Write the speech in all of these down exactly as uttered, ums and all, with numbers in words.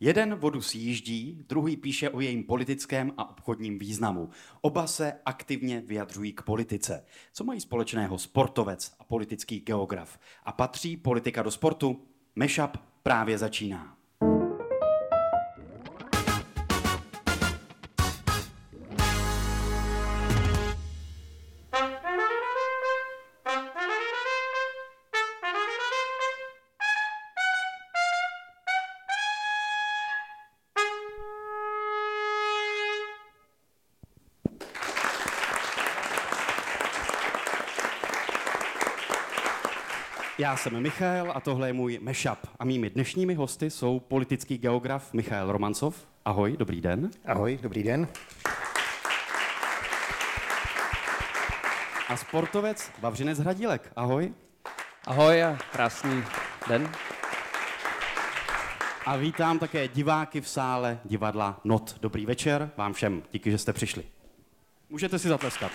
Jeden vodu sjíždí, druhý píše o jejím politickém a obchodním významu. Oba se aktivně vyjadřují k politice. Co mají společného sportovec a politický geograf? A patří politika do sportu? Mashup právě začíná. Já jsem Michal a tohle je můj mashup. A mými dnešními hosty jsou politický geograf Michael Romancov. Ahoj, dobrý den. Ahoj, dobrý den. A sportovec Vavřinec Hradílek. Ahoj. Ahoj a krásný den. A vítám také diváky v sále divadla Not. Dobrý večer vám všem. Díky, že jste přišli. Můžete si zatleskat.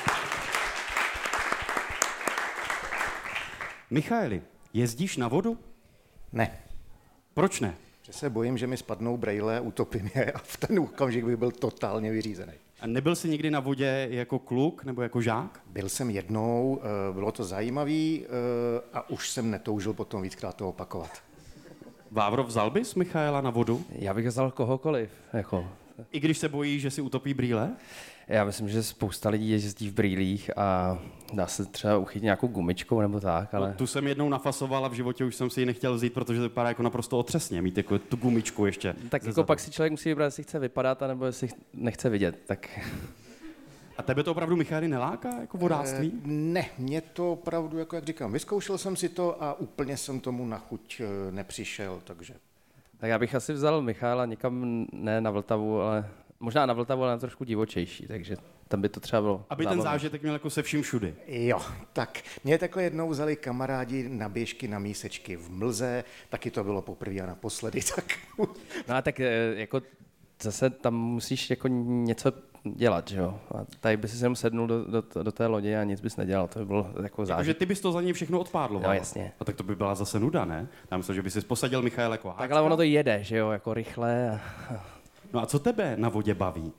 Michaeli, jezdíš na vodu? Ne. Proč ne? Že se bojím, že mi spadnou brejle, utopím je a v ten okamžik bych byl totálně vyřízený. A nebyl jsi nikdy na vodě jako kluk nebo jako žák? Byl jsem jednou, bylo to zajímavý a už jsem netoužil potom víckrát to opakovat. Vávro, vzal bys Michaela na vodu? Já bych vzal kohokoliv. Jako. I když se bojí, že si utopí brýle? Já myslím, že spousta lidí jezdí v brýlích a dá se třeba uchytit nějakou gumičkou nebo tak, ale... No, tu jsem jednou nafasoval a v životě už jsem si ji nechtěl vzít, protože to vypadá jako naprosto otřesně, mít jako tu gumičku ještě. Tak jako pak si člověk musí vybrat, jestli chce vypadat, anebo jestli nechce vidět, tak... A tebe to opravdu, Michaeli, neláká, jako vodáctví? E, ne, mě to opravdu, jako jak říkám, vyzkoušel jsem si to a úplně jsem tomu na chuť nepřišel, takže... Tak já bych asi vzal Michala někam, ne na Vltavu, ale možná na Vltavu, ale na trošku divočejší, takže tam by to třeba bylo Aby zábavné. Ten zážitek měl jako se vším všudy. Jo, tak mě takhle jednou vzali kamarádi na běžky, na mísečky v mlze, taky to bylo poprvé a naposledy, tak... No a tak jako zase tam musíš jako něco dělat, že jo? A tady by si sem sednul do, do, do té lodi a nic bys nedělal, to by bylo jako zážitek. Takže ty bys to za něj všechno odpádloval. No jasně. A tak to by byla zase nuda, ne? Já myslím, že by si posadil Michaela jako háčka. Tak ale ono to jede, že jo, jako rychle. A... No a co tebe na vodě baví?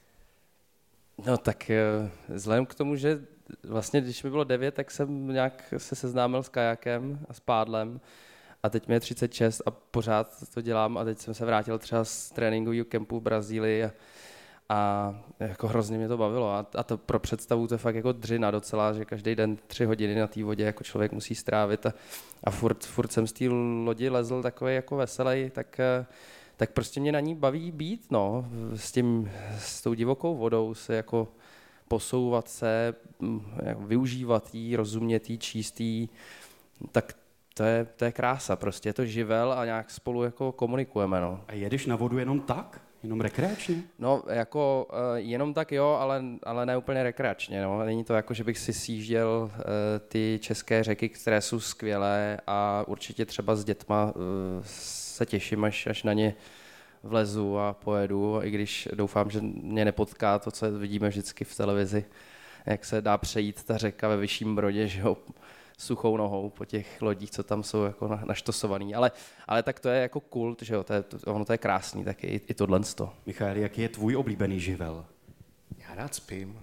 No tak vzhledem k tomu, že vlastně když mi bylo devět, tak jsem nějak se seznámil s kajakem a s pádlem. A teď mi je třicet šest a pořád to dělám a teď jsem se vrátil třeba z tréninkového kempu v Brazílii a, a jako hrozně mě to bavilo. A, a to pro představu to je fakt jako dřina docela, že každý den tři hodiny na té vodě jako člověk musí strávit a, a furt, furt jsem z té lodi lezl takový jako veselý, tak, tak prostě mě na ní baví být, no, s tím, s tou divokou vodou se jako posouvat se, využívat jí, rozumět jí, číst jí, tak To je, to je krása, prostě je to živel a nějak spolu jako komunikujeme, no. A jedeš na vodu jenom tak? Jenom rekreačně? No, jako uh, jenom tak jo, ale, ale ne úplně rekreačně, no. Není to jako, že bych si sjížděl uh, ty české řeky, které jsou skvělé a určitě třeba s dětma uh, se těším, až, až na ně vlezu a pojedu, i když doufám, že mě nepotká to, co vidíme vždycky v televizi, jak se dá přejít ta řeka ve Vyšším Brodě, že jo, suchou nohou po těch lodích, co tam jsou jako naštosovaný. Ale, ale tak to je jako kult, že jo, to je, to, ono to je krásný, tak i, i tohle. Michael, jaký je tvůj oblíbený živel? Já rád spím.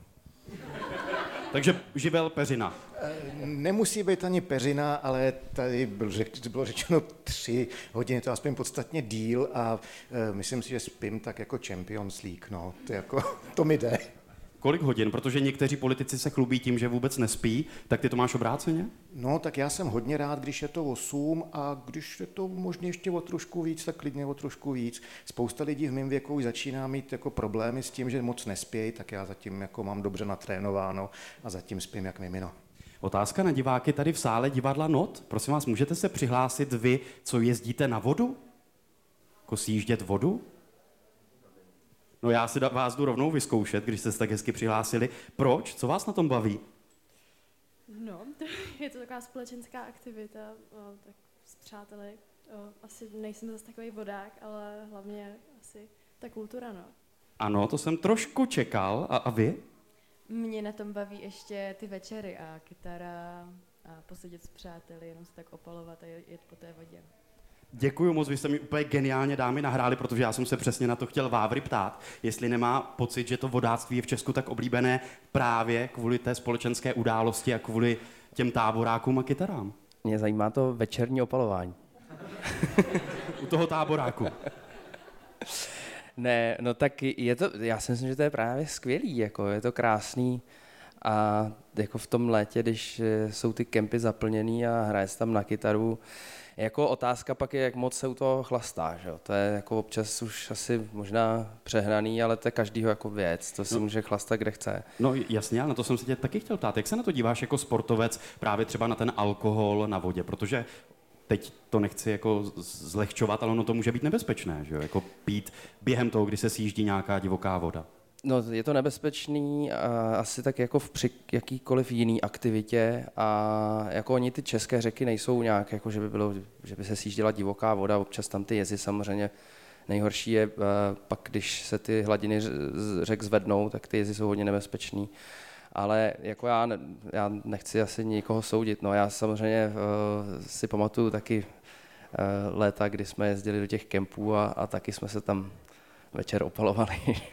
Takže živel peřina. Nemusí být ani peřina, ale tady bylo, řeč, bylo řečeno tři hodiny, to aspoň podstatně díl a uh, myslím si, že spím tak jako Champions League, no, to, jako, to mi jde. Kolik hodin? Protože někteří politici se chlubí tím, že vůbec nespí, tak ty to máš obráceně? No, tak já jsem hodně rád, když je to osm a když je to možná ještě o trošku víc, tak klidně o trošku víc. Spousta lidí v mém věku už začíná mít jako problémy s tím, že moc nespějí, tak já zatím jako mám dobře natrénováno a zatím spím jak mimino. Otázka na diváky tady v sále divadla Not. Prosím vás, můžete se přihlásit vy, co jezdíte na vodu? Jako sjíždět vodu? No já si vás jdu rovnou vyzkoušet, když jste se tak hezky přihlásili. Proč? Co vás na tom baví? No, je to taková společenská aktivita, o, tak s přáteli. O, asi nejsem zase takový vodák, ale hlavně asi ta kultura, no. Ano, to jsem trošku čekal. A, a vy? Mě na tom baví ještě ty večery a kytara a posedět s přáteli, jenom se tak opalovat a jet po té vodě. Děkuji moc, vy jste mi úplně geniálně dámy nahráli, protože já jsem se přesně na to chtěl Vávry ptát, jestli nemá pocit, že to vodáctví je v Česku tak oblíbené právě kvůli té společenské události a kvůli těm táborákům a kytarám. Mě zajímá to večerní opalování. U toho táboráku. Ne, no tak je to, já si myslím, že to je právě skvělý, jako je to krásný a jako v tom létě, když jsou ty kempy zaplněný a hraje se tam na kytaru, jako otázka pak je, jak moc se u toho chlastá, že jo? To je jako občas už asi možná přehnaný, ale to je každýho jako věc, to si no. může chlastat, kde chce. No jasně, ale na to jsem se tě taky chtěl ptát. Jak se na to díváš jako sportovec právě třeba na ten alkohol na vodě, protože teď to nechci jako zlehčovat, ale ono to může být nebezpečné, že jo? Jako pít během toho, kdy se sjíždí nějaká divoká voda. No, je to nebezpečný a asi tak jako v při jakýkoliv jiný aktivitě a jako oni ty české řeky nejsou nějak, jako že by bylo, že by se sjížděla divoká voda, občas tam ty jezy samozřejmě. Nejhorší je pak, když se ty hladiny řek zvednou, tak ty jezy jsou hodně nebezpečný. Ale jako já, já nechci asi nikoho soudit, no já samozřejmě uh, si pamatuju taky uh, léta, kdy jsme jezdili do těch kempů a, a taky jsme se tam večer opalovali.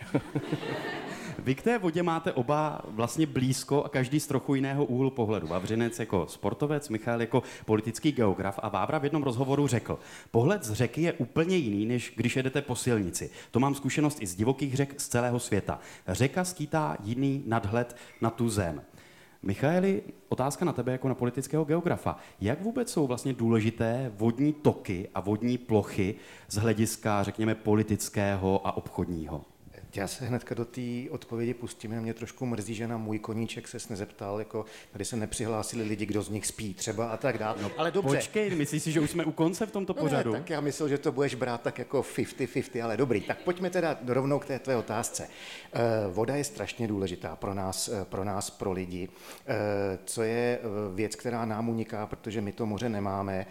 Vy k té vodě máte oba vlastně blízko a každý z trochu jiného úhlu pohledu. Vavřinec jako sportovec, Michal jako politický geograf a Vávra v jednom rozhovoru řekl, pohled z řeky je úplně jiný, než když jedete po silnici. To mám zkušenost i z divokých řek z celého světa. Řeka skýtá jiný nadhled na tu zem. Michaeli, otázka na tebe jako na politického geografa. Jak vůbec jsou vlastně důležité vodní toky a vodní plochy z hlediska, řekněme, politického a obchodního? Já se hnedka do té odpovědi pustím. Mě trošku mrzí, že na můj koníček ses nezeptal, jako tady se nepřihlásili lidi, kdo z nich spí třeba a tak dále. No, ale dobře. Počkej, myslíš si, že už jsme u konce v tomto pořadu? No ne, tak já myslel, že to budeš brát tak jako padesát padesát, ale dobrý. Tak pojďme teda rovnou k té tvé otázce. E, voda je strašně důležitá pro nás, pro nás, pro lidi. E, co je věc, která nám uniká, protože my to moře nemáme, e,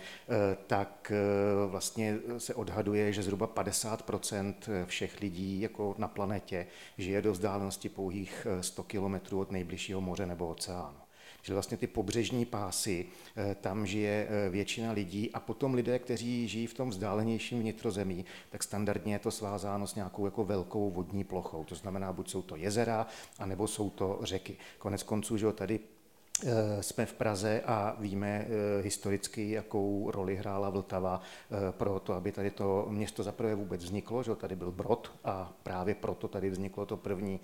tak e, vlastně se odhaduje, že zhruba padesát procent všech lidí jako na planetě žije do vzdálenosti pouhých sto kilometrů od nejbližšího moře nebo oceánu. Že vlastně ty pobřežní pásy, tam žije většina lidí a potom lidé, kteří žijí v tom vzdálenějším vnitrozemí, tak standardně je to svázáno s nějakou jako velkou vodní plochou. To znamená, buď jsou to jezera, anebo jsou to řeky. Konec konců, že tady jsme v Praze a víme historicky, jakou roli hrála Vltava pro to, aby tady to město zaprvé vůbec vzniklo, že tady byl Brod a právě proto tady vzniklo to první,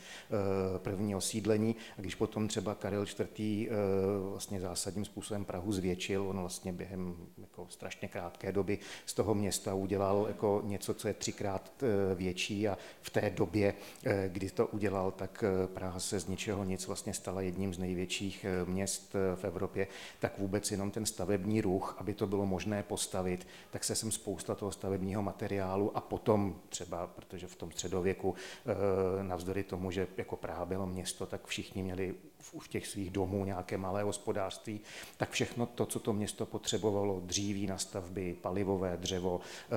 první osídlení. A když potom třeba Karel čtvrtý. vlastně zásadním způsobem Prahu zvětšil, on vlastně během jako strašně krátké doby z toho města udělal jako něco, co je třikrát větší a v té době, kdy to udělal, tak Praha se z ničeho nic vlastně stala jedním z největších měst měst v Evropě, tak vůbec jenom ten stavební ruch, aby to bylo možné postavit, tak se sem spousta toho stavebního materiálu a potom třeba, protože v tom středověku navzdory tomu, že jako Praha bylo město, tak všichni měli v těch svých domů nějaké malé hospodářství, tak všechno to, co to město potřebovalo, dříví na stavby, palivové dřevo,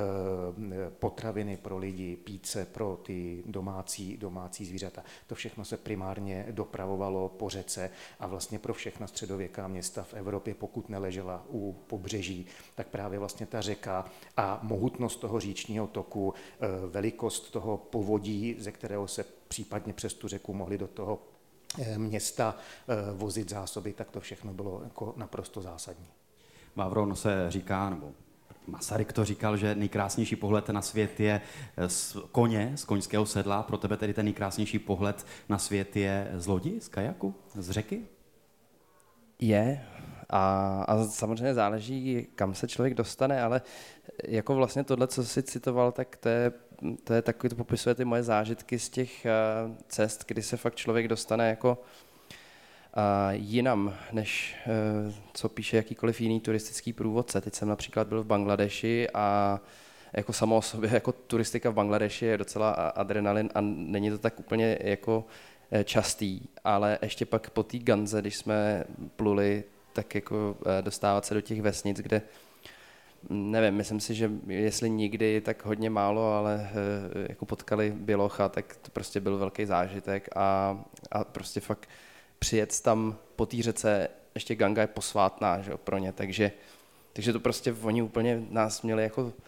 potraviny pro lidi, píce pro ty domácí, domácí zvířata, to všechno se primárně dopravovalo po řece a vlastně pro všechna středověká města v Evropě, pokud neležela u pobřeží, tak právě vlastně ta řeka a mohutnost toho říčního toku, velikost toho povodí, ze kterého se případně přes tu řeku mohli do toho města vozit zásoby, tak to všechno bylo jako naprosto zásadní. Vávro, se říká, nebo Masaryk to říkal, že nejkrásnější pohled na svět je z koně, z koňského sedla. Pro tebe tedy ten nejkrásnější pohled na svět je z lodi, z kajaku, z řeky? Je. A, a samozřejmě záleží, kam se člověk dostane, ale jako vlastně tohle, co jsi citoval, tak to je, to je takový, to popisuje ty moje zážitky z těch uh, cest, kdy se fakt člověk dostane jako uh, jinam, než uh, co píše jakýkoliv jiný turistický průvodce. Teď jsem například byl v Bangladeši a jako samo o sobě, jako turistika v Bangladeši je docela adrenalin a není to tak úplně jako častý, ale ještě pak po té Ganze, když jsme pluli, tak jako dostávat se do těch vesnic, kde nevím, myslím si, že jestli nikdy, tak hodně málo, ale jako potkali bělocha, tak to prostě byl velký zážitek a, a prostě fakt přijet tam po té řece, ještě Ganga je posvátná, že jo, pro ně, takže, takže to prostě oni úplně nás měli jako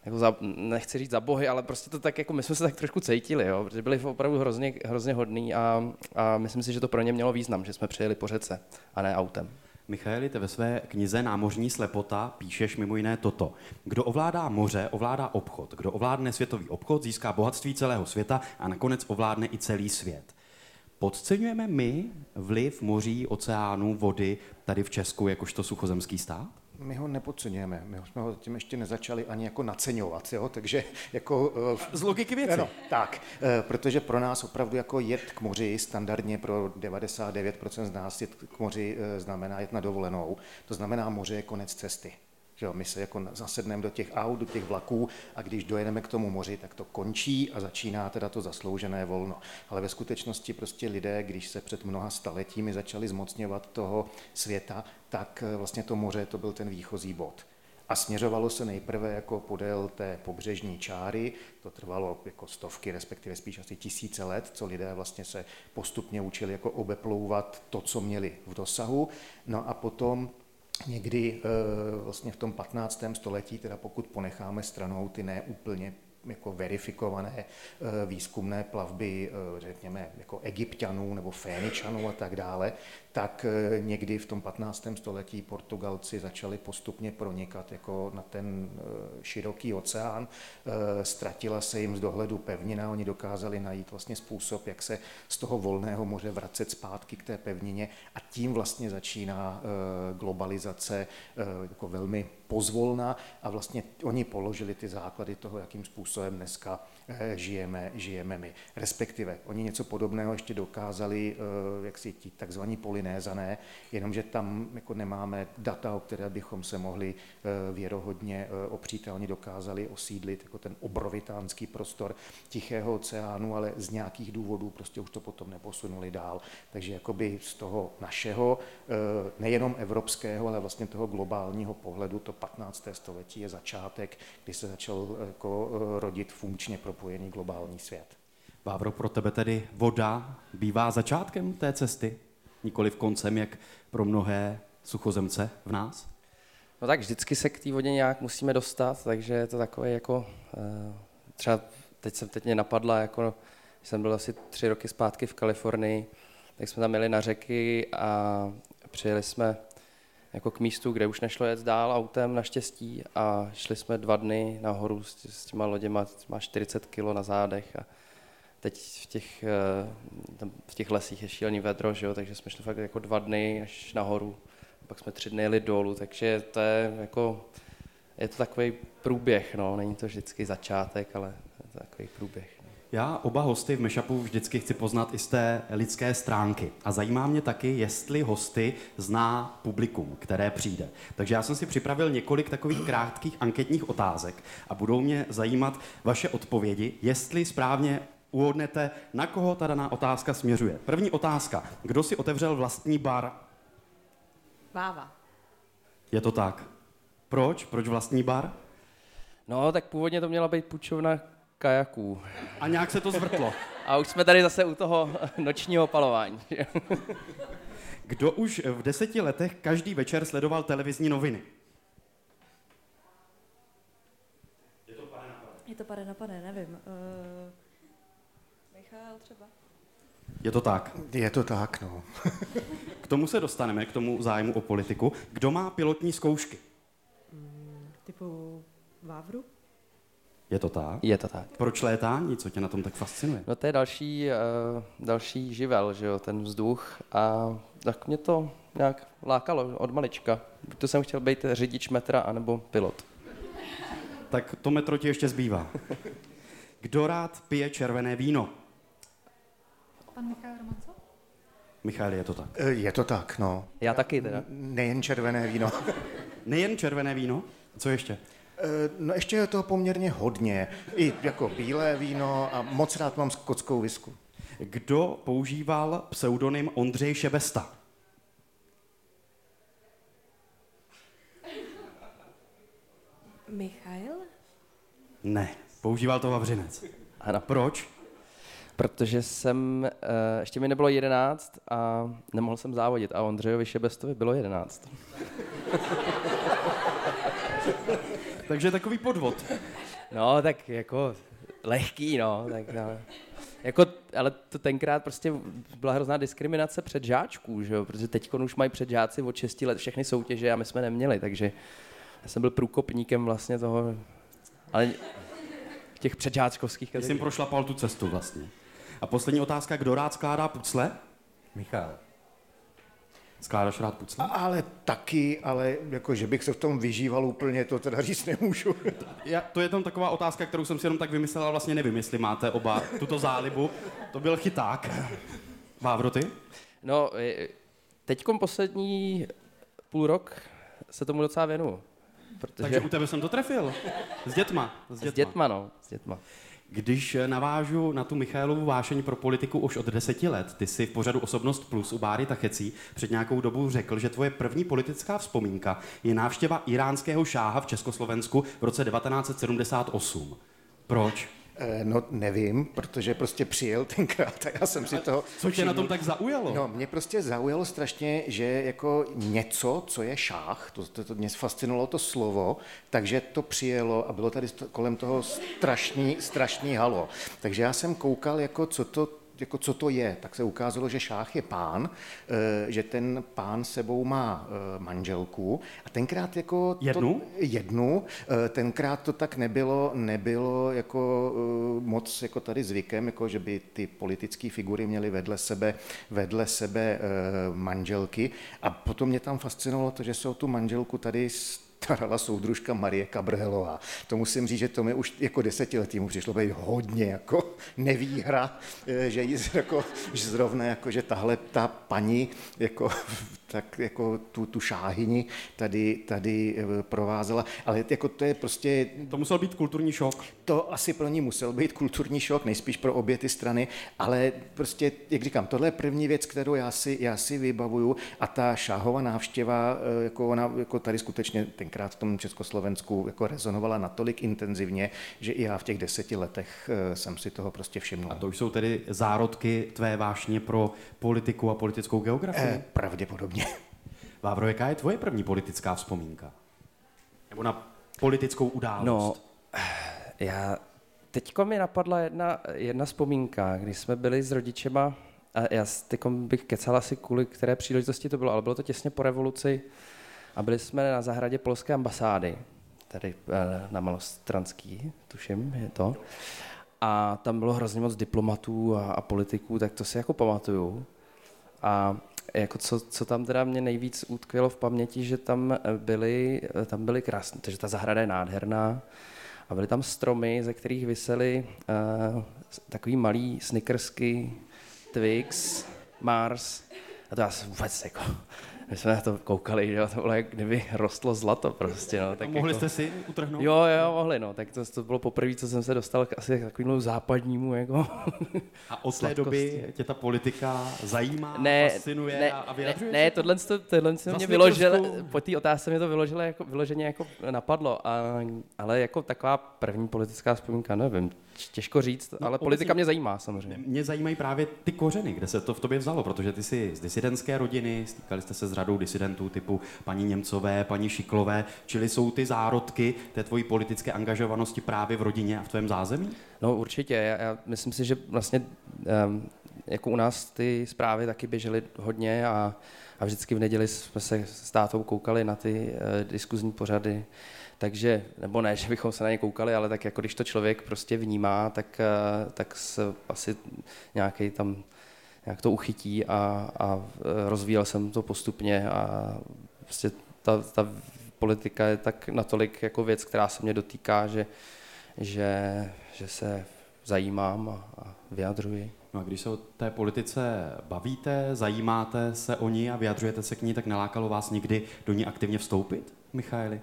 jako za, nechci říct za bohy, ale prostě to tak, jako my jsme se tak trošku cítili, jo, protože byli opravdu hrozně, hrozně hodný a, a myslím si, že to pro ně mělo význam, že jsme přijeli po řece a ne autem. Michaeli, ty ve své knize Námořní slepota píšeš mimo jiné toto. Kdo ovládá moře, ovládá obchod. Kdo ovládne světový obchod, získá bohatství celého světa a nakonec ovládne i celý svět. Podceňujeme my vliv moří, oceánů, vody tady v Česku jakožto suchozemský stát? My ho nepodceňujeme, my jsme ho zatím ještě nezačali ani jako naceňovat, jo? Takže jako... Z logiky věci. No, tak, protože pro nás opravdu jako jet k moři, standardně pro devadesát devět procent z nás jet k moři znamená jet na dovolenou, to znamená moře je konec cesty. Jo, my se jako zasedneme do těch aut, do těch vlaků a když dojedeme k tomu moři, tak to končí a začíná teda to zasloužené volno. Ale ve skutečnosti prostě lidé, když se před mnoha staletími začali zmocňovat toho světa, tak vlastně to moře to byl ten výchozí bod. A směřovalo se nejprve jako podél té pobřežní čáry, to trvalo jako stovky, respektive spíš asi tisíce let, co lidé vlastně se postupně učili jako obeplouvat to, co měli v dosahu. No a potom někdy vlastně v tom patnáctém století, teda pokud ponecháme stranou ty neúplně jako verifikované výzkumné plavby, řekněme, jako Egypťanů nebo Féničanů a tak dále, tak někdy v tom patnáctém století Portugalci začali postupně pronikat jako na ten široký oceán. Ztratila se jim z dohledu pevnina, oni dokázali najít vlastně způsob, jak se z toho volného moře vracet zpátky k té pevnině a tím vlastně začíná globalizace jako velmi pozvolna a vlastně oni položili ty základy toho, jakým způsobem dneska žijeme, žijeme my. Respektive oni něco podobného ještě dokázali, jak si ti takzvaní Polynézané, jenomže tam jako nemáme data, o které bychom se mohli věrohodně opřít a oni dokázali osídlit jako ten obrovitánský prostor Tichého oceánu, ale z nějakých důvodů prostě už to potom neposunuli dál. Takže jakoby z toho našeho, nejenom evropského, ale vlastně toho globálního pohledu, to patnácté století je začátek, kdy se začal jako rodit funkčně propojený globální svět. Vávro, pro tebe tedy voda bývá začátkem té cesty, nikoliv koncem, jak pro mnohé suchozemce v nás? No tak vždycky se k té vodě nějak musíme dostat, takže je to takové jako, třeba teď jsem teď mě napadla, jako jsem byl asi tři roky zpátky v Kalifornii, tak jsme tam jeli na řeky a přijeli jsme jako k místu, kde už nešlo jet dál autem naštěstí a šli jsme dva dny nahoru s, s těma loděma, má čtyřicet kilo na zádech a teď v těch, tam v těch lesích je šílený vedro, že jo, takže jsme šli fakt jako dva dny až nahoru, pak jsme tři dny jeli dolů, takže to je jako, je to takový průběh, no, není to vždycky začátek, ale je to takový průběh. No. Já oba hosty v Mashupu vždycky chci poznat i z té lidské stránky. A zajímá mě taky, jestli hosty zná publikum, které přijde. Takže já jsem si připravil několik takových krátkých anketních otázek a budou mě zajímat vaše odpovědi, jestli správně uhodnete, na koho ta daná otázka směřuje. První otázka. Kdo si otevřel vlastní bar? Váva. Je to tak. Proč? Proč vlastní bar? No, tak původně to měla být půjčovna kajaků. A nějak se to zvrtlo. A už jsme tady zase u toho nočního palování. Kdo už v deseti letech každý večer sledoval televizní noviny? Je to pade na pade. Je to pade na pade, nevím. Uh, Michal třeba? Je to tak. Je to tak, no. K tomu se dostaneme, k tomu zájmu o politiku. Kdo má pilotní zkoušky? Mm, typu Vávru? Je to tak? Je to tak. Proč létání? Co tě na tom tak fascinuje? No to je další, uh, další živel, že jo, ten vzduch a tak mě to nějak lákalo od malička. Buď to jsem chtěl být řidič metra, anebo pilot. Tak to metro ti ještě zbývá. Kdo rád pije červené víno? Pan Michal Romanco? Michal, je to tak. Je to tak, no. Já taky teda. Nejen červené víno. Nejen červené víno? Co ještě? No ještě je toho poměrně hodně. I jako bílé víno a moc rád mám skotskou visku. Kdo používal pseudonym Ondřej Šebesta? Michail? Ne, používal to Vavřinec. Ano. Proč? Protože jsem, uh, ještě mi nebylo jedenáct a nemohl jsem závodit a Ondřejovi Šebestovi bylo jedenáct. Takže takový podvod. No, tak jako lehký, no. Tak, no. Jako, ale to tenkrát prostě byla hrozná diskriminace předžáčků, že jo? Protože teď už mají předžáci od šesti let všechny soutěže a my jsme neměli, takže já jsem byl průkopníkem vlastně toho, ale těch předžáčkovských Ty kategorií. jsi prošlapal tu cestu vlastně. A poslední otázka, kdo rád skládá pucle? Michal. Skládáš rád pucle? Ale taky, ale jako, že bych se v tom vyžíval úplně, to teda říct nemůžu. Já, to je tam taková otázka, kterou jsem si jenom tak vymyslel, ale vlastně nevím, jestli máte oba tuto zálibu. To byl chyták. Vávro, ty? No, teďkom poslední půl rok se tomu docela věnuju. Protože Takže u tebe jsem to trefil. S dětma. S dětma. S dětma, no, s dětma. Když navážu na tu Michaelovu vášeň pro politiku už od deseti let, ty jsi v pořadu Osobnost plus u Báry Tachecí před nějakou dobu řekl, že tvoje první politická vzpomínka je návštěva iránského šáha v Československu v roce devatenáct set sedmdesát osm. Proč? No nevím, protože prostě přijel tenkrát a já jsem si toho... Co tě na tom tak zaujalo? No, mě prostě zaujalo strašně, že jako něco, co je šách, to, to, to mě fascinovalo to slovo, takže to přijelo a bylo tady kolem toho strašný, strašný halo. Takže já jsem koukal, jako co to jako co to je, tak se ukázalo, že šách je pán, že ten pán sebou má manželku a tenkrát jako... Jednu? To, jednu. Tenkrát to tak nebylo, nebylo jako moc jako tady zvykem, jako že by ty politické figury měly vedle sebe, vedle sebe manželky a potom mě tam fascinovalo to, že se o tu manželku tady starala soudružka Marie Kabrhelová. To musím říct, že to mi už jako desetiletí přišlo být hodně jako nevýhra, že jí jako, že zrovna jako, že tahle ta paní jako, tak jako tu, tu šáhyni tady, tady provázela. Ale jako to je prostě... To musel být kulturní šok. To asi pro ní musel být kulturní šok, nejspíš pro obě ty strany, ale prostě, jak říkám, tohle je první věc, kterou já si, já si vybavuju a ta šáhova návštěva, jako ona jako tady skutečně tenkrát v tom Československu jako rezonovala natolik intenzivně, že i já v těch deseti letech jsem si toho prostě všimnul. A to už jsou tedy zárodky tvé vášně pro politiku a politickou geografii? Eh, pravděpodobně. Vávro, jaká je tvoje první politická vzpomínka? Nebo na politickou událost? No, já... Teďko mi napadla jedna, jedna vzpomínka, když jsme byli s rodičema, a já teďkom bych kecal asi kvůli které příležitosti to bylo, ale bylo to těsně po revoluci a byli jsme na zahradě polské ambasády, tady na Malostranský, tuším, je to. A tam bylo hrozně moc diplomatů a, a politiků, tak to si jako pamatuju. A jako co, co tam teda mě nejvíc utkvělo v paměti, že tam byly, tam byly krásné, takže ta zahrada je nádherná a byly tam stromy, ze kterých visely uh, takový malý snickersky, Twix, Mars a to já jsem vůbec jako... My jsme na to koukali, že to bylo, jak kdyby rostlo zlato prostě, no. Tak mohli jako, jste si utrhnout? Jo, jo, mohli, no. Tak to, to bylo poprvé, co jsem se dostal k asi takovému západnímu, jako... A od té doby tě ta politika zajímá, ne, fascinuje ne, a vyjadřuje? Ne, ne tohle, to, tohle to mě vyložilo, po té otázce mě to vyložilo, jako, vyloženě jako napadlo, a, ale jako taková první politická vzpomínka, nevím, těžko říct, no, ale politika mě zajímá samozřejmě. Mě zajímají právě ty kořeny, kde se to v tobě vzalo, protože ty jsi z disidentské rodiny, stýkali jste se s řadou disidentů typu paní Němcové, paní Šiklové, čili jsou ty zárodky té tvojí politické angažovanosti právě v rodině a v tvém zázemí? No určitě, já, já myslím si, že vlastně um, jako u nás ty zprávy taky běžely hodně a, a vždycky v neděli jsme se s tátou koukali na ty uh, diskuzní pořady. Takže, nebo ne, že bychom se na ně koukali, ale tak jako když to člověk prostě vnímá, tak, tak se asi nějaký tam nějak to uchytí a, a rozvíjel jsem to postupně a prostě ta, ta politika je tak natolik jako věc, která se mě dotýká, že, že, že se zajímám a, a vyjadřuji. No a když se o té politice bavíte, zajímáte se o ní a vyjadřujete se k ní, tak nelákalo vás někdy do ní aktivně vstoupit, Michaeli?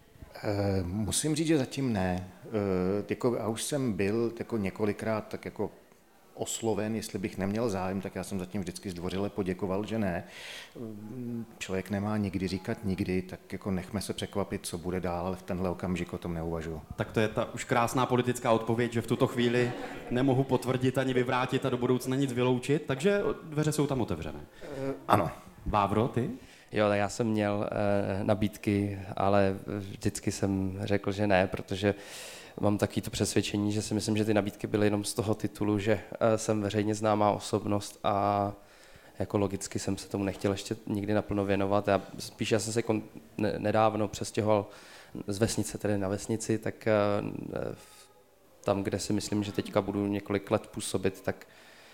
Musím říct, že zatím ne. Jako, já už jsem byl jako několikrát tak jako osloven, jestli bych neměl zájem, tak já jsem zatím vždycky zdvořile poděkoval, že ne. Člověk nemá nikdy říkat nikdy, tak jako nechme se překvapit, co bude dál, ale v tenhle okamžik o tom neuvažuji. Tak to je ta už krásná politická odpověď, že v tuto chvíli nemohu potvrdit ani vyvrátit a do budoucna nic vyloučit, takže dveře jsou tam otevřené. Ano. Vávro, ty? Jo, tak já jsem měl e, nabídky, ale vždycky jsem řekl, že ne, protože mám taky to přesvědčení, že si myslím, že ty nabídky byly jenom z toho titulu, že jsem veřejně známá osobnost a jako logicky jsem se tomu nechtěl ještě nikdy naplno věnovat. Já spíš já jsem se kon, ne, nedávno přestěhoval z vesnice tedy na vesnici, tak tam, kde si myslím, že teďka budu několik let působit, tak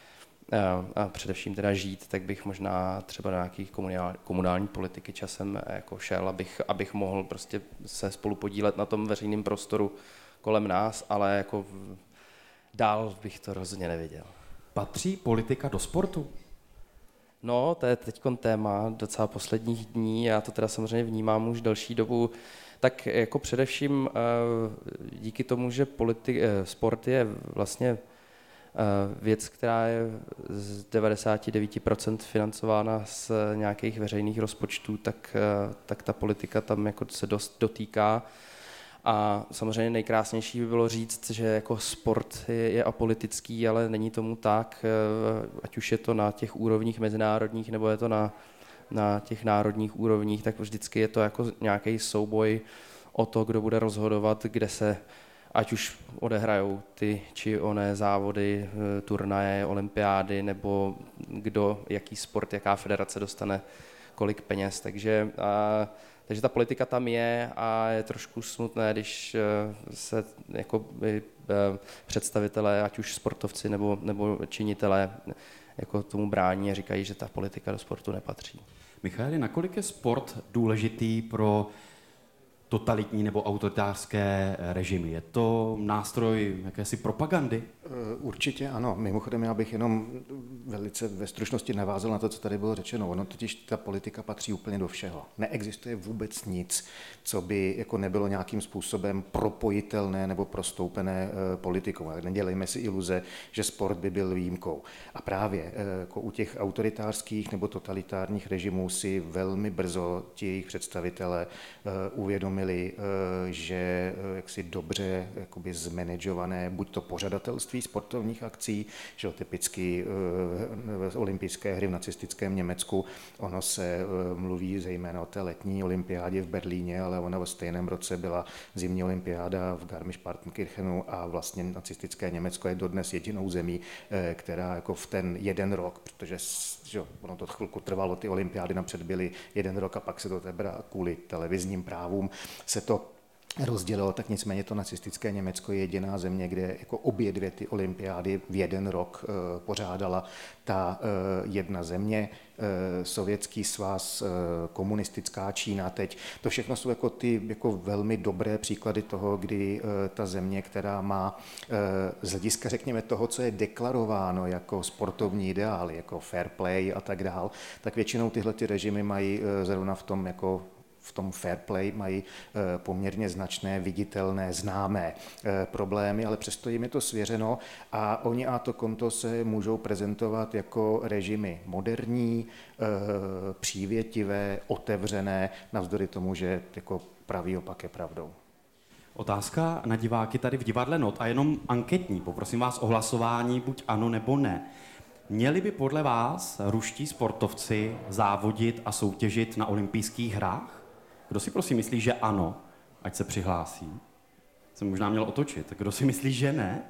a především teda žít, tak bych možná třeba do nějaký komunální, komunální politiky časem jako šel, abych, abych mohl prostě se spolu podílet na tom veřejném prostoru kolem nás, ale jako v, dál bych to rozhodně neviděl. Patří politika do sportu? No, to je teď téma docela posledních dní, já to teda samozřejmě vnímám už delší dobu, tak jako především díky tomu, že politi- sport je vlastně věc, která je z devadesát devět procent financována z nějakých veřejných rozpočtů, tak, tak ta politika tam jako se dost dotýká. A samozřejmě nejkrásnější by bylo říct, že jako sport je, je apolitický, ale není tomu tak, ať už je to na těch úrovních mezinárodních, nebo je to na, na těch národních úrovních, tak vždycky je to jako nějaký souboj o to, kdo bude rozhodovat, kde se ať už odehrajou ty či oné závody, turnaje, olympiády, nebo kdo, jaký sport, jaká federace dostane kolik peněz. Takže, a, takže ta politika tam je a je trošku smutné, když se jako představitelé, ať už sportovci nebo, nebo činitelé, jako tomu brání a říkají, že ta politika do sportu nepatří. Michaeli, nakolik je sport důležitý pro totalitní nebo autoritářské režimy? Je to nástroj jakési propagandy? Určitě ano. Mimochodem já bych jenom velice ve stručnosti navázal na to, co tady bylo řečeno. Ono totiž ta politika patří úplně do všeho. Neexistuje vůbec nic, co by jako nebylo nějakým způsobem propojitelné nebo prostoupené politikou. Nedělejme si iluze, že sport by byl výjimkou. A právě jako u těch autoritářských nebo totalitárních režimů si velmi brzo ti jejich představitelé uvědomili, že jaksi dobře jakoby zmanagované buď to pořadatelství sportovních akcí, že typicky olympijské hry v nacistickém Německu, ono se mluví zejména o té letní olympiádě v Berlíně, ale ona ve stejném roce byla zimní olympiáda v Garmisch-Partenkirchenu a vlastně nacistické Německo je dodnes jedinou zemí, která jako v ten jeden rok, protože že ono to chvilku trvalo, ty olympiády napřed byly jeden rok a pak se to tebra kvůli televizním právům se to rozdělilo, tak nicméně to nacistické Německo je jediná země, kde jako obě dvě ty olympiády v jeden rok e, pořádala ta e, jedna země, e, Sovětský svaz, e, komunistická Čína teď. To všechno jsou jako ty jako velmi dobré příklady toho, kdy e, ta země, která má e, z hlediska, řekněme, toho, co je deklarováno jako sportovní ideál, jako fair play a tak dál, tak většinou tyhle ty režimy mají e, zrovna v tom jako v tom fair play mají poměrně značné, viditelné, známé problémy, ale přesto jim je to svěřeno a oni a to konto se můžou prezentovat jako režimy moderní, přívětivé, otevřené, navzdory tomu, že jako pravý opak je pravdou. Otázka na diváky tady v divadle Not a jenom anketní. Poprosím vás o hlasování buď ano nebo ne. Měli by podle vás ruští sportovci závodit a soutěžit na olympijských hrách? Kdo si prosím myslí, že ano, ať se přihlásí? Jsem možná měl otočit. Kdo si myslí, že ne?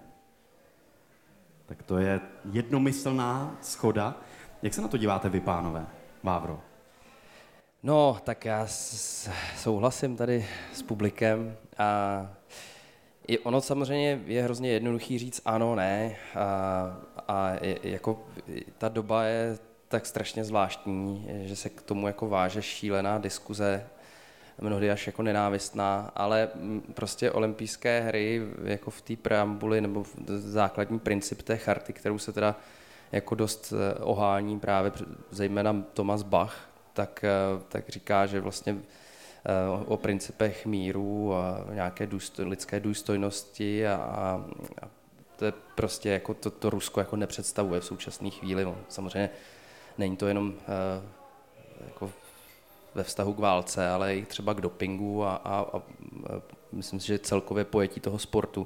Tak to je jednomyslná shoda. Jak se na to díváte vy, pánové? Vávro. No, tak já souhlasím tady s publikem. A ono samozřejmě je hrozně jednoduchý říct ano, ne. A, a je, jako ta doba je tak strašně zvláštní, že se k tomu jako váže šílená diskuze, mnohdy až jako nenávistná, ale prostě olympijské hry jako v té preambuli nebo v základní princip té charty, kterou se teda jako dost ohání právě zejména Thomas Bach, tak, tak říká, že vlastně o principech míru a nějaké důstoj, lidské důstojnosti a, a to je prostě jako to, to Rusko jako nepředstavuje v současné chvíli. Samozřejmě není to jenom jako ve vztahu k válce, ale i třeba k dopingu a, a, a myslím si, že celkově pojetí toho sportu.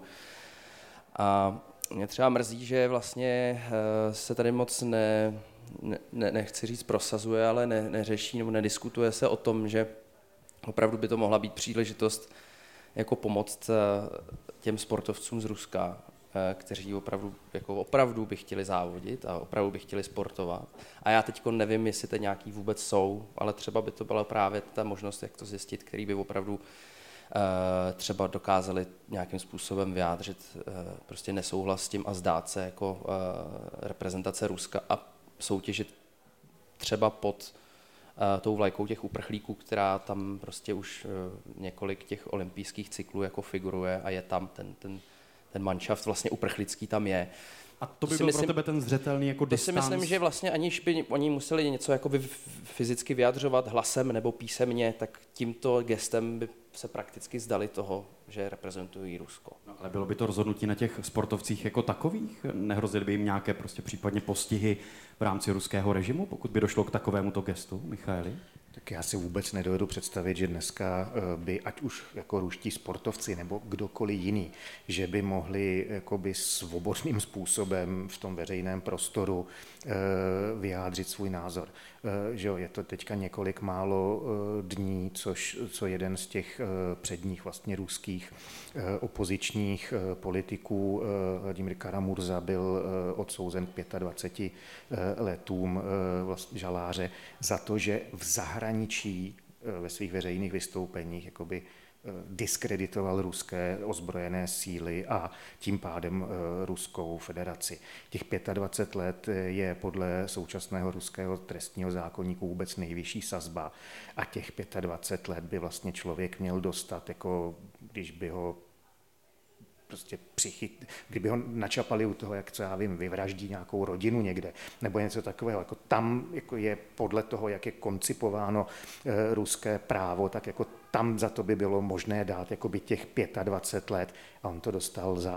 A mě třeba mrzí, že vlastně se tady moc ne, ne, nechci říct prosazuje, ale ne, neřeší nebo nediskutuje se o tom, že opravdu by to mohla být příležitost jako pomoct těm sportovcům z Ruska, kteří opravdu, jako opravdu by chtěli závodit a opravdu by chtěli sportovat. A já teď nevím, jestli to nějaký vůbec jsou, ale třeba by to byla právě ta možnost, jak to zjistit, který by opravdu třeba dokázali nějakým způsobem vyjádřit prostě nesouhlas s tím a zdát se jako reprezentace Ruska a soutěžit třeba pod tou vlajkou těch uprchlíků, která tam prostě už několik těch olympijských cyklů jako figuruje a je tam ten, ten, ten manšaft vlastně uprchlický tam je. A to by to byl myslím, pro tebe ten zřetelný jako distanc. To si myslím, že vlastně aniž by oni museli něco jako fyzicky vyjadřovat hlasem nebo písemně, tak tímto gestem by se prakticky zdali toho, že reprezentují Rusko. No, ale bylo by to rozhodnutí na těch sportovcích jako takových? Nehrozily by jim nějaké prostě případně postihy v rámci ruského režimu, pokud by došlo k takovémuto gestu, Michaeli? Tak já si vůbec nedovedu představit, že dneska by, ať už jako ruští sportovci nebo kdokoliv jiný, že by mohli jakoby svobodným způsobem v tom veřejném prostoru vyjádřit svůj názor. Že jo, je to teďka několik málo dní, což, co jeden z těch předních vlastně ruských opozičních politiků, Vladimír Karamurza, byl odsouzen k dvaceti pěti letům vlastně žaláře za to, že v zahraničí ve svých veřejných vystoupeních jakoby diskreditoval ruské ozbrojené síly a tím pádem Ruskou federaci. Těch dvacet pět let je podle současného ruského trestního zákoníku vůbec nejvyšší sazba a těch dvacet pět let by vlastně člověk měl dostat, jako když by ho prostě přichyt, kdyby ho načapali u toho, jak co já vím, vyvraždí nějakou rodinu někde, nebo něco takového. Jako tam jako je podle toho, jak je koncipováno e, ruské právo, tak jako tam za to by bylo možné dát jakoby těch dvacet pět let a on to dostal za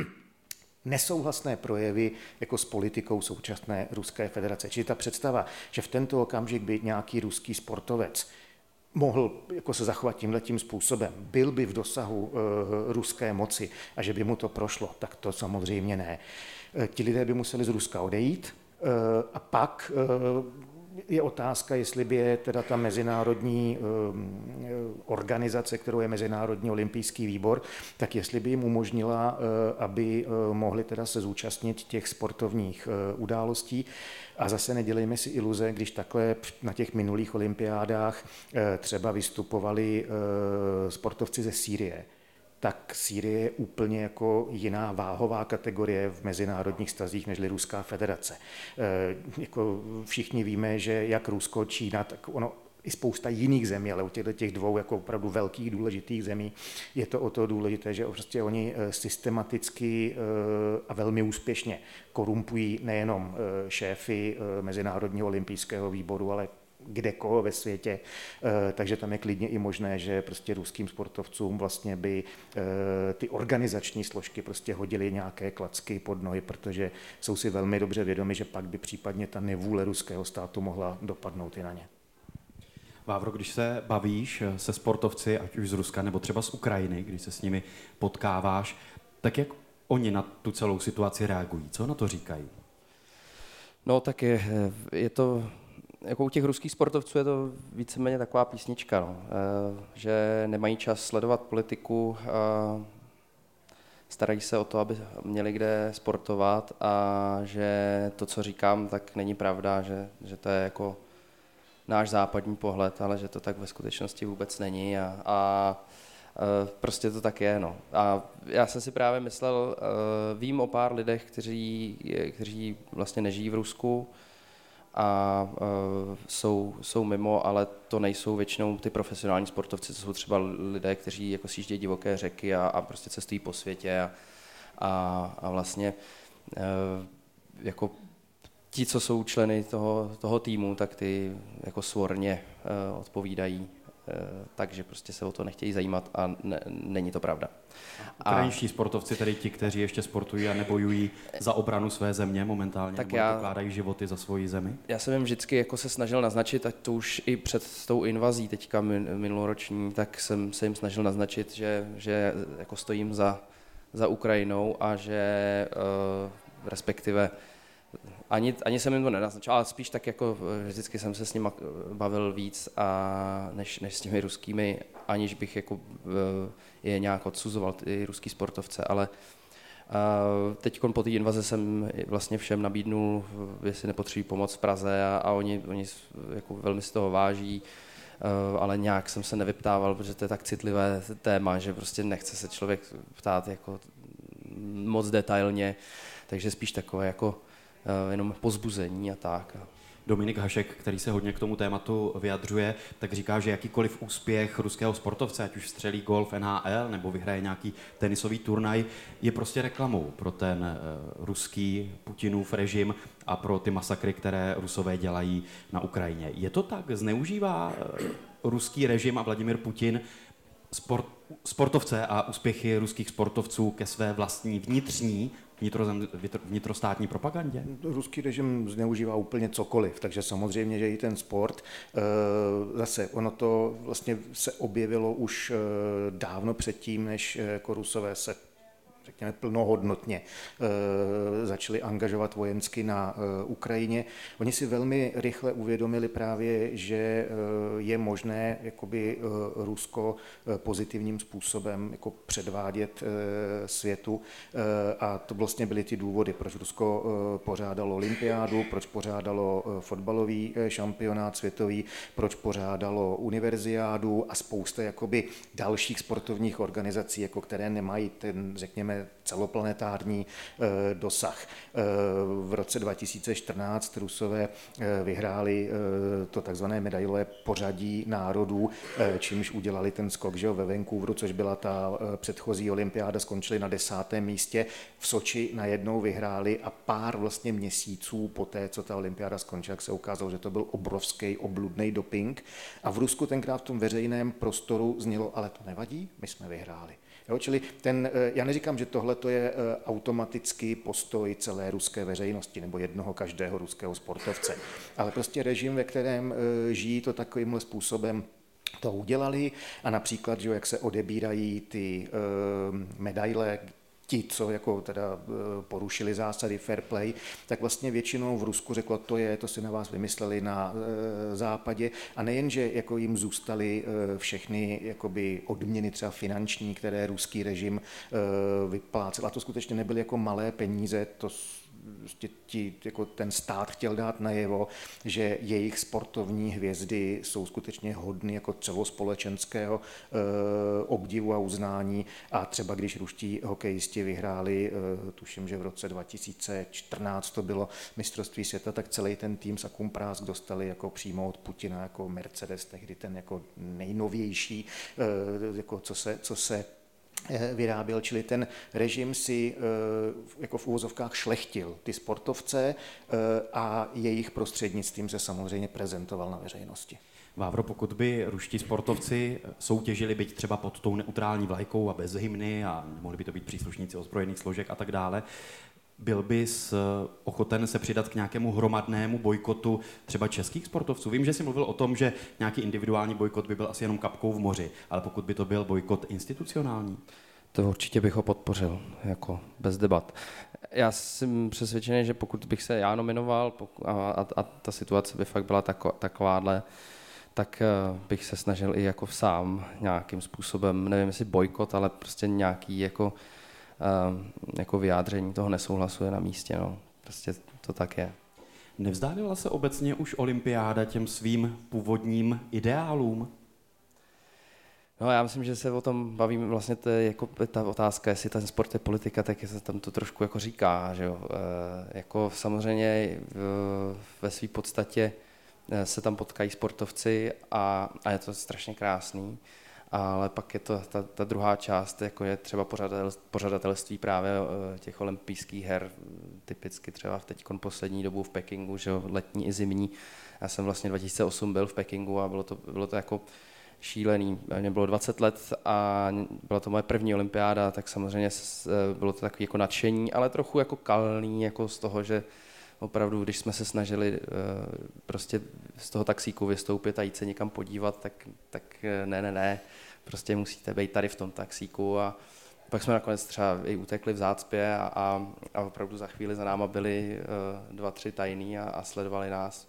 nesouhlasné projevy jako s politikou současné Ruské federace. Čili ta představa, že v tento okamžik by nějaký ruský sportovec mohl jako se zachovat tímhletím způsobem, byl by v dosahu e, ruské moci a že by mu to prošlo, tak to samozřejmě ne. E, ti lidé by museli z Ruska odejít e, a pak e, je otázka, jestli by je teda ta mezinárodní e, organizace, kterou je Mezinárodní olympijský výbor, tak jestli by jim umožnila, e, aby e, mohli teda se zúčastnit těch sportovních e, událostí. A zase nedělejme si iluze, když takhle na těch minulých olympiádách třeba vystupovali sportovci ze Sýrie, tak Sýrie je úplně jako jiná váhová kategorie v mezinárodních vztazích nežli Ruská federace. Jako všichni víme, že jak Rusko, Čína, tak ono i spousta jiných zemí, ale u těchto těch dvou jako opravdu velkých důležitých zemí je to o to důležité, že prostě oni systematicky a velmi úspěšně korumpují nejenom šéfy Mezinárodního olympijského výboru, ale kde koho ve světě, takže tam je klidně i možné, že prostě ruským sportovcům vlastně by ty organizační složky prostě hodily nějaké klacky pod nohy, protože jsou si velmi dobře vědomi, že pak by případně ta nevůle ruského státu mohla dopadnout i na ně. Vávro, když se bavíš se sportovci, ať už z Ruska nebo třeba z Ukrajiny, když se s nimi potkáváš, tak jak oni na tu celou situaci reagují? Co na to říkají? No tak je, je to, jako u těch ruských sportovců je to víceméně taková písnička, no. Že nemají čas sledovat politiku, starají se o to, aby měli kde sportovat a že to, co říkám, tak není pravda, že, že to je jako náš západní pohled, ale že to tak ve skutečnosti vůbec není a, a prostě to tak je. No. A já jsem si právě myslel, vím o pár lidech, kteří, kteří vlastně nežijí v Rusku a jsou, jsou mimo, ale to nejsou většinou ty profesionální sportovci, to jsou třeba lidé, kteří jako sjíždějí divoké řeky a, a prostě cestují po světě a, a, a vlastně jako ti, co jsou členy toho, toho týmu, tak ty jako svorně uh, odpovídají, uh, takže prostě se o to nechtějí zajímat a ne, není to pravda. Ukrajinští sportovci, tedy ti, kteří ještě sportují a nebojují za obranu své země momentálně, tak nebo já, pokládají životy za svoji zemi? Já jsem jim vždycky jako se snažil naznačit, ať to už i před tou invazí teďka minuloroční, tak jsem se jim snažil naznačit, že, že jako stojím za, za Ukrajinou a že uh, respektive ani, ani jsem jim to nenaznačil, ale spíš tak jako vždycky jsem se s nimi bavil víc a než, než s těmi ruskými, aniž bych jako je nějak odsuzoval, ty ruský sportovce, ale teď po té invaze jsem vlastně všem nabídnul, jestli nepotřebují pomoc v Praze a, a oni, oni jako velmi si toho váží, ale nějak jsem se nevyptával, protože to je tak citlivé téma, že prostě nechce se člověk ptát jako moc detailně, takže spíš takové jako jenom pozbuzení a tak. Dominik Hašek, který se hodně k tomu tématu vyjadřuje, tak říká, že jakýkoliv úspěch ruského sportovce, ať už střelí gol v N H L nebo vyhraje nějaký tenisový turnaj, je prostě reklamou pro ten ruský Putinův režim a pro ty masakry, které Rusové dělají na Ukrajině. Je to tak? Zneužívá ruský režim a Vladimir Putin sport, sportovce a úspěchy ruských sportovců ke své vlastní vnitřní Vnitrozem, vnitrostátní propagandě? Ruský režim zneužívá úplně cokoliv, takže samozřejmě, že i ten sport, zase ono to vlastně se objevilo už dávno předtím, než jako Rusové se řekněme plnohodnotně e, začali angažovat vojensky na e, Ukrajině. Oni si velmi rychle uvědomili právě, že e, je možné jakoby e, Rusko e, pozitivním způsobem jako předvádět e, světu e, a to vlastně byly ty důvody, proč Rusko e, pořádalo olympiádu, proč pořádalo e, fotbalový e, šampionát světový, proč pořádalo univerziádu a spousta jakoby dalších sportovních organizací, jako které nemají ten, řekněme, celoplanetární e, dosah. E, v roce dva tisíce čtrnáct Rusové e, vyhráli e, to takzvané medailové pořadí národů, e, čímž udělali ten skok, že jo, ve Vancouveru, což byla ta e, předchozí olympiáda, skončili na desátém místě. V Soči najednou vyhráli a pár vlastně měsíců poté, co ta olympiáda skončila, jak se ukázalo, že to byl obrovský obludný doping. A v Rusku tenkrát v tom veřejném prostoru znělo, ale to nevadí, my jsme vyhráli. Jo, čili ten, já neříkám, že tohle je automatický postoj celé ruské veřejnosti nebo jednoho každého ruského sportovce, ale prostě režim, ve kterém žijí, to takovýmhle způsobem to udělali a například, že jak se odebírají ty medaile, ti, co jako teda porušili zásady fair play, tak vlastně většinou v Rusku řeklo, to je, to si na vás vymysleli na e, západě a nejen, že jako jim zůstaly e, všechny jakoby odměny třeba finanční, které ruský režim e, vyplácel. A to skutečně nebyly jako malé peníze, to Ti, jako ten stát chtěl dát najevo, že jejich sportovní hvězdy jsou skutečně hodny jako celospolečenského e, obdivu a uznání a třeba když ruští hokejisti vyhráli, e, tuším, že v roce dva tisíce čtrnáct to bylo mistrovství světa, tak celý ten tým Sakum Prask dostali jako přímo od Putina jako Mercedes, tehdy ten jako nejnovější, e, jako co se, co se vyráběl, čili ten režim si jako v uvozovkách šlechtil ty sportovce a jejich prostřednictvím se samozřejmě prezentoval na veřejnosti. Vávro, pokud by ruští sportovci soutěžili byť třeba pod tou neutrální vlajkou a bez hymny a mohli by to být příslušníci ozbrojených složek a tak dále, byl bys ochoten se přidat k nějakému hromadnému bojkotu třeba českých sportovců? Vím, že jsi mluvil o tom, že nějaký individuální bojkot by byl asi jenom kapkou v moři, ale pokud by to byl bojkot institucionální? To určitě bych ho podpořil, jako bez debat. Já jsem přesvědčený, že pokud bych se já nominoval a, a, a ta situace by fakt byla tako, takováhle, tak bych se snažil i jako sám nějakým způsobem, nevím jestli bojkot, ale prostě nějaký jako jako vyjádření toho nesouhlasu je na místě, no. Prostě to tak je. Nevzdálila se obecně už olympiáda těm svým původním ideálům? No já myslím, že se o tom bavíme, vlastně to je jako ta otázka, jestli ten sport je politika, tak se tam to trošku jako říká, že jo. E, jako samozřejmě v, ve své podstatě se tam potkají sportovci a, a je to strašně krásný. Ale pak je to ta, ta druhá část, jako je třeba pořadatel, pořadatelství právě těch olympijských her, typicky třeba v teď poslední dobu v Pekingu, že jo, letní i zimní. Já jsem vlastně dva tisíce osm byl v Pekingu a bylo to, bylo to jako šílený. Mně bylo dvacet let a byla to moje první olympiáda, tak samozřejmě bylo to takové jako nadšení, ale trochu jako kalný, jako z toho, že opravdu, když jsme se snažili prostě z toho taxíku vystoupit a jít se někam podívat, tak, tak ne, ne, ne, prostě musíte být tady v tom taxíku a pak jsme nakonec třeba i utekli v zácpě a, a, a opravdu za chvíli za náma byli uh, dva, tři tajní a, a sledovali nás.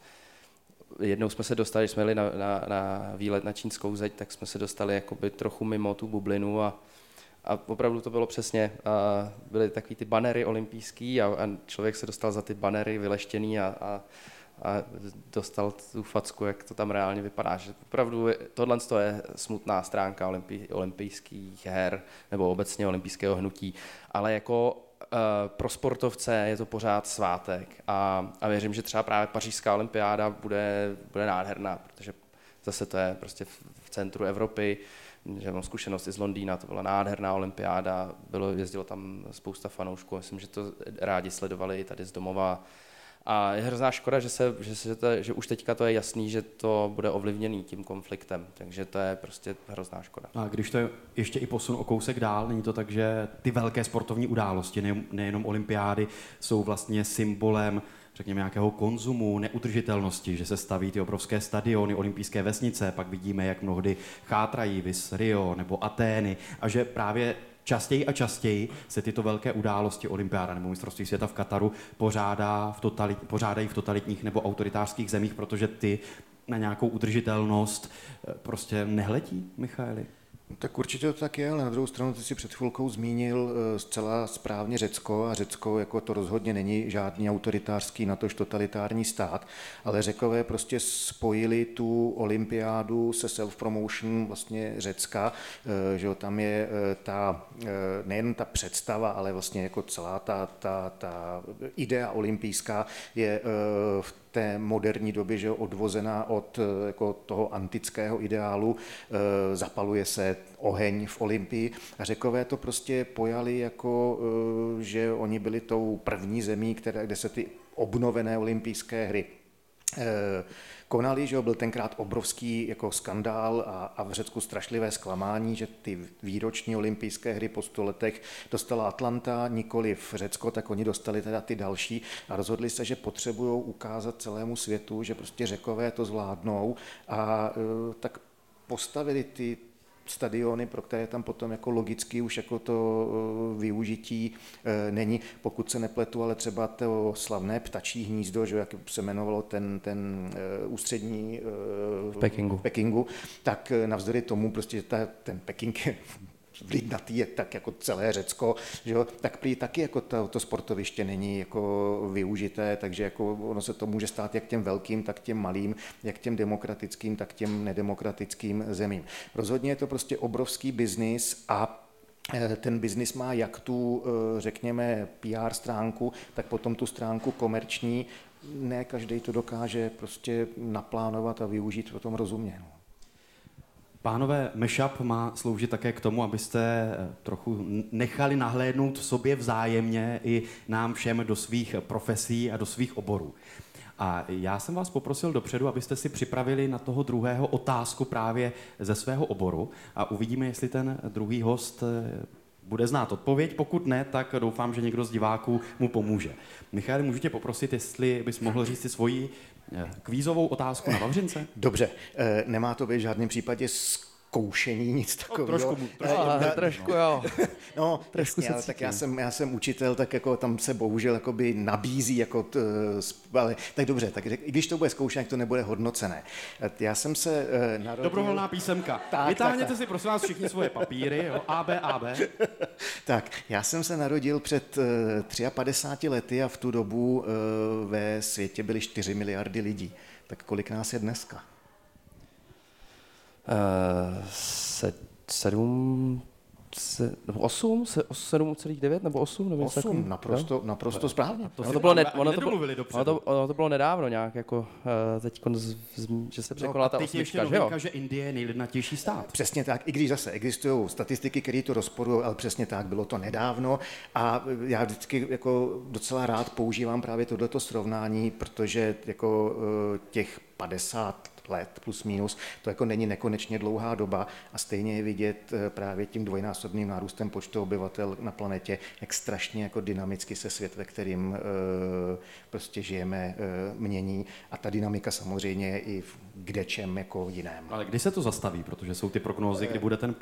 Jednou jsme se dostali, když jsme jeli na, na, na výlet na čínskou zeď, tak jsme se dostali jakoby trochu mimo tu bublinu a, a opravdu to bylo přesně, a byly takový ty banery olympijský a, a člověk se dostal za ty banery vyleštěný a, a, a dostal tu facku, jak to tam reálně vypadá. Že opravdu tohle je smutná stránka olympij, olympijských her nebo obecně olympijského hnutí, ale jako pro sportovce je to pořád svátek a, a věřím, že třeba právě Pařížská olympiáda bude, bude nádherná, protože zase to je prostě v, v centru Evropy, že mám zkušenost i z Londýna, to byla nádherná olympiáda, bylo, jezdilo tam spousta fanoušků, myslím, že to rádi sledovali i tady z domova. A je hrozná škoda, že, se, že, se to, že už teďka to je jasný, že to bude ovlivněný tím konfliktem, takže to je prostě hrozná škoda. A když to je ještě i posun o kousek dál, není to tak, že ty velké sportovní události, ne, nejenom olympiády, jsou vlastně symbolem, řekněme, nějakého konzumu, neudržitelnosti, že se staví ty obrovské stadiony, olympijské vesnice, pak vidíme, jak mnohdy chátrají, vis Rio nebo Atény, a že právě častěji a častěji se tyto velké události, olympiáda nebo mistrovství světa v Kataru, pořádá v totalit, pořádají v totalitních nebo autoritářských zemích, protože ty na nějakou udržitelnost prostě nehletí, Michaeli. Tak určitě to tak je, ale na druhou stranu ty si před chvilkou zmínil zcela správně Řecko a Řecko jako to rozhodně není žádný autoritářský, natož totalitární stát, ale Řekové prostě spojili tu olympiádu se self-promotion vlastně Řecka, že jo, tam je ta, nejen ta představa, ale vlastně jako celá ta, ta, ta idea olympijská je v té moderní době, že odvozená od jako toho antického ideálu, e, zapaluje se oheň v Olympii a Řekové to prostě pojali jako, e, že oni byli tou první zemí, které, kde se ty obnovené olympijské hry e, konali, že byl tenkrát obrovský jako skandál a, a v Řecku strašlivé zklamání, že ty výroční olympijské hry po sto letech dostala Atlanta, nikoli v Řecko, tak oni dostali teda ty další a rozhodli se, že potřebují ukázat celému světu, že prostě Řekové to zvládnou a e, tak postavili ty stadiony, pro které tam potom jako logicky už jako to využití e, není, pokud se nepletu, ale třeba to slavné ptačí hnízdo, že jak se jmenovalo ten, ten e, ústřední e, v Pekingu. v Pekingu, tak navzdory tomu prostě ta, ten Peking je vlídnatý je tak jako celé Řecko, že jo, tak prý taky jako to, to sportoviště není jako využité, takže jako ono se to může stát jak těm velkým, tak těm malým, jak těm demokratickým, tak těm nedemokratickým zemím. Rozhodně je to prostě obrovský biznis a ten biznis má jak tu, řekněme, P R stránku, tak potom tu stránku komerční. Ne každý to dokáže prostě naplánovat a využít potom rozumně. No. Pánové, Mashup má sloužit také k tomu, abyste trochu nechali nahlédnout sobě vzájemně i nám všem do svých profesí a do svých oborů. A já jsem vás poprosil dopředu, abyste si připravili na toho druhého otázku právě ze svého oboru a uvidíme, jestli ten druhý host bude znát odpověď. Pokud ne, tak doufám, že někdo z diváků mu pomůže. Michale, můžu tě poprosit, jestli bys mohl říct si svoji kvízovou otázku na Vavřince? Dobře, nemá to být v žádném případě zkoušení, nic takového. No, trošku, trošku, no, trošku jo. No, trošku jasně, ale tak já jsem, já jsem učitel, tak jako tam se bohužel jakoby nabízí, jako t, ale tak dobře, tak i když to bude zkoušení, to nebude hodnocené. Já jsem se uh, narodil... Dobrovolná písemka. Tak, vytáhněte tak, si prosím vás všichni svoje papíry, jo? A, B, A, B. Tak, já jsem se narodil před uh, padesáti třemi lety a v tu dobu uh, ve světě byly čtyři miliardy lidí. Tak kolik nás je dneska? Uh, se, sedm, se, nebo osm, se, sedm celá devět nebo osm? Nebo osm, naprosto, naprosto správně. To ono to bylo, ne, ono to bylo, ono to, ono to bylo nedávno nějak, jako uh, teď, že se překonala no, ta osmička, že jo? že Indie je nejlidnatější stát. Přesně tak, i když zase existují statistiky, které to rozporují, ale přesně tak, bylo to nedávno a já vždycky jako docela rád používám právě tohleto srovnání, protože jako těch padesát let plus minus, to jako není nekonečně dlouhá doba a stejně je vidět právě tím dvojnásobným nárůstem počtu obyvatel na planetě, jak strašně jako dynamicky se svět, ve kterým e, prostě žijeme, e, mění a ta dynamika samozřejmě je i v kdečem jako jiném. Ale kdy se to zastaví, protože jsou ty prognózy, kdy bude ten pík?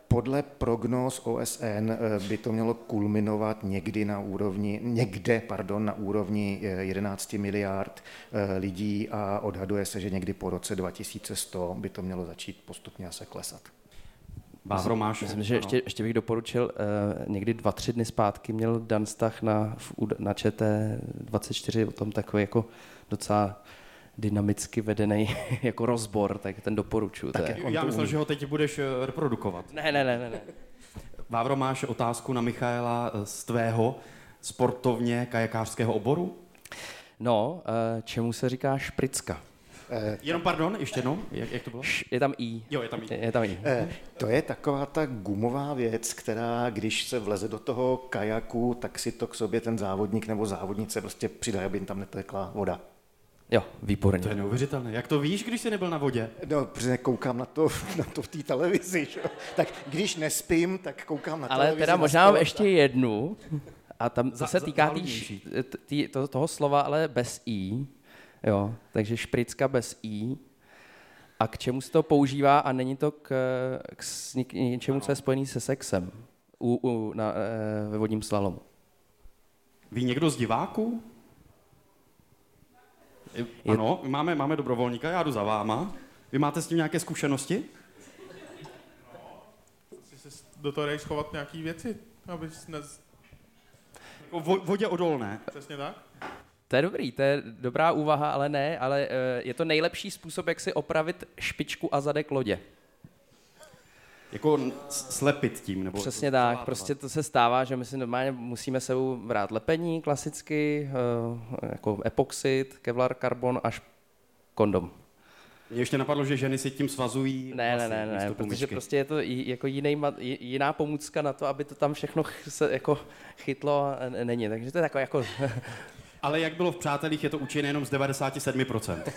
Podle prognóz O S N by to mělo kulminovat někdy na úrovni, někde, pardon, na úrovni jedenáct miliard lidí a odhaduje se, že někdy po roce dva tisíce sto by to mělo začít postupně se klesat. Vávro, máš? Myslím, že ještě, ještě bych doporučil, uh, někdy dva, tři dny zpátky měl Dan Stach na, na Č T dvacet čtyři o tom takový jako docela dynamicky vedený jako rozbor, tak ten doporučuji. Tak já myslel, že ho teď budeš reprodukovat. Ne, ne, ne, ne. ne. Vávro, máš otázku na Michaela z tvého sportovně kajakářského oboru? No, uh, čemu se říká špricka? Eh, Jenom pardon, ještě jednou, jak, jak to bylo? Š, je tam I. Jo, je tam I. Je, je tam I. eh, to je taková ta gumová věc, která, když se vleze do toho kajaku, tak si to k sobě ten závodník nebo závodnice prostě přidá, aby jim tam netekla voda. Jo, výborně. To je neuvěřitelné. Jak to víš, když jsi nebyl na vodě? No, protože koukám na to, na to v té televizi, že? Tak když nespím, tak koukám na Ale televizi. teda na možná mám sport ještě jednu, a tam to Za- se za- týká tý, záludnější. tý, to, toho slova, ale bez I. Jo, takže špricka bez I. A k čemu se to používá a není to k, k s- něk- něčemu, co je spojený se sexem u, u, na, e, ve vodním slalomu. Ví někdo z diváků? Je... Ano, máme, máme dobrovolníka, já jdu za váma. Vy máte s tím nějaké zkušenosti? Asi se do toho jdeš schovat nějaký věci, abys nez... Jako vo, vodě odolné. Přesně tak? To je dobrý, to je dobrá úvaha, ale ne, ale e, je to nejlepší způsob, jak si opravit špičku a zadek lodě. Jako n- s- slepit tím, nebo... Přesně tak, prostě to se stává, že my si normálně musíme sebou brát lepení klasicky, e, jako epoxid, kevlar, karbon až kondom. Mě ještě napadlo, že ženy si tím svazují Ne, ne, vlasy ne, ne, místo protože gumičky. prostě je to j- jako jiný, ma- j- jiná pomůcka na to, aby to tam všechno ch- se jako chytlo a n- není. Takže to je takové jako... Ale jak bylo v Přátelích, je to účinné jenom z devadesát sedm procent.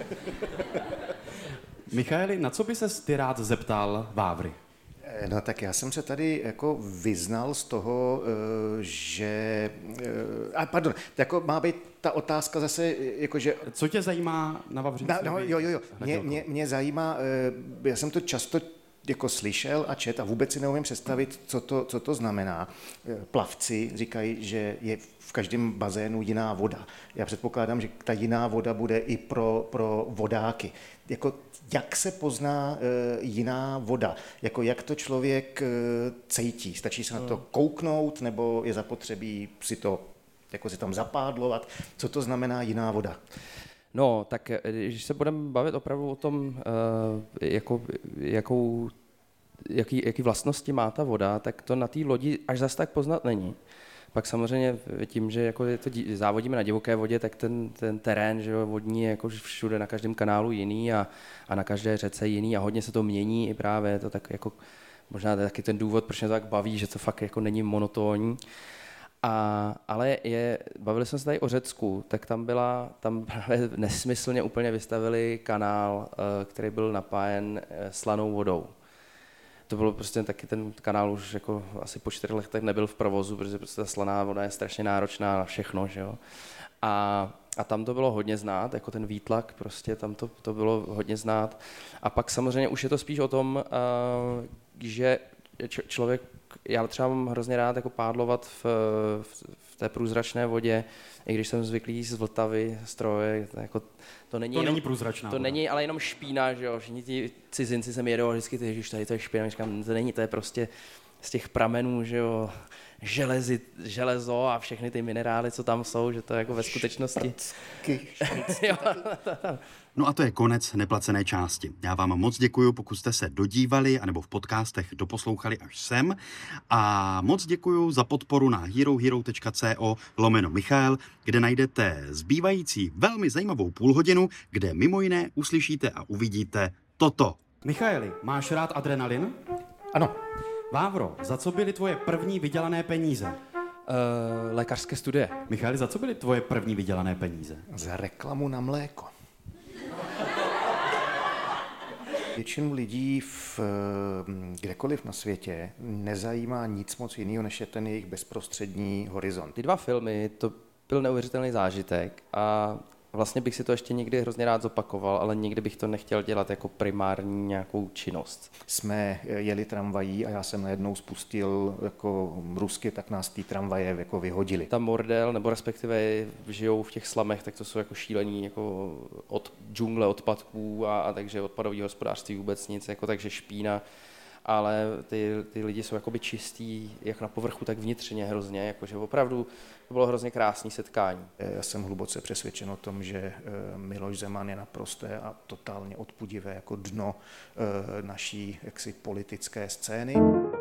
Michaeli, na co by ses ty rád zeptal Vávry? No tak já jsem se tady jako vyznal z toho, eh, že... eh, A pardon, jako má být ta otázka zase, jakože... Co tě zajímá na Vavřince? No, no, jo, jo, jo. Mě, mě, mě zajímá, eh, já jsem to často jako slyšel a čet a vůbec si neumím představit, co to, co to znamená. Eh, Plavci říkají, že je v každém bazénu jiná voda. Já předpokládám, že ta jiná voda bude i pro, pro vodáky. Jako, jak se pozná e, jiná voda? Jako, jak to člověk e, cítí? Stačí se na to kouknout, nebo je zapotřebí si to jako si tam zapádlovat? Co to znamená jiná voda? No, tak eh, když se budeme bavit opravdu o tom, eh, jako, jakou, jaký, jaký vlastnosti má ta voda, tak to na té lodi až zas tak poznat není. Pak samozřejmě tím, že jako je to dí, závodíme na divoké vodě, tak ten, ten terén, že jo, vodní je jako všude na každém kanálu jiný a, a na každé řece jiný a hodně se to mění i právě, je to tak jako, možná to je taky ten důvod, proč mě to tak baví, že to fakt jako není monotónní. A, ale je, bavili jsme se tady o Řecku, tak tam byla, tam právě nesmyslně úplně vystavili kanál, který byl napájen slanou vodou. To bylo prostě taky ten kanál už jako asi po čtyřech letech nebyl v provozu, protože prostě ta slaná voda je strašně náročná na všechno, že jo. A, a tam to bylo hodně znát, jako ten výtlak, prostě tam to, to bylo hodně znát. A pak samozřejmě už je to spíš o tom, uh, že č- člověk, já třeba mám hrozně rád jako pádlovat v, v, v té průzračné vodě, i když jsem zvyklý z Vltavy, stroje, jako to není, To jenom, není průzračná to voda. není ale jenom špína, že jo, všichni ti cizinci sem jedou a vždycky ty, ježiš, tady to je špína, říkám, to není, to je prostě z těch pramenů, že jo, železi, železo a všechny ty minerály, co tam jsou, že to je jako ve skutečnosti. Jo, No a to je konec neplacené části. Já vám moc děkuji, pokud jste se dodívali anebo v podcastech doposlouchali až sem. A moc děkuji za podporu na herohero.co lomeno Michael, kde najdete zbývající velmi zajímavou půlhodinu, kde mimo jiné uslyšíte a uvidíte toto. Michaeli, máš rád adrenalin? Ano. Vávro, za co byly tvoje první vydělané peníze? uh, lékařské studie. Michaeli, za co byly tvoje první vydělané peníze? Za reklamu na mléko. Většinu lidí v, kdekoliv na světě nezajímá nic moc jiného, než je ten jejich bezprostřední horizont. Ty dva filmy, to byl neuvěřitelný zážitek a Vlastně bych si to ještě někdy hrozně rád zopakoval, ale nikdy bych to nechtěl dělat jako primární nějakou činnost. Jsme jeli tramvají a já jsem najednou spustil jako rusky, tak nás ty tramvaje jako vyhodili. Tam bordel, nebo respektive žijou v těch slamech, tak to jsou jako šílení jako od džungle odpadků a, a takže odpadový hospodářství vůbec nic, jako takže špína. Ale ty, ty lidi jsou jakoby čistý, jak na povrchu, tak vnitřně hrozně, jakože opravdu to bylo hrozně krásné setkání. Já jsem hluboce přesvědčen o tom, že Miloš Zeman je naprosté a totálně odpudivé jako dno naší jaksi politické scény.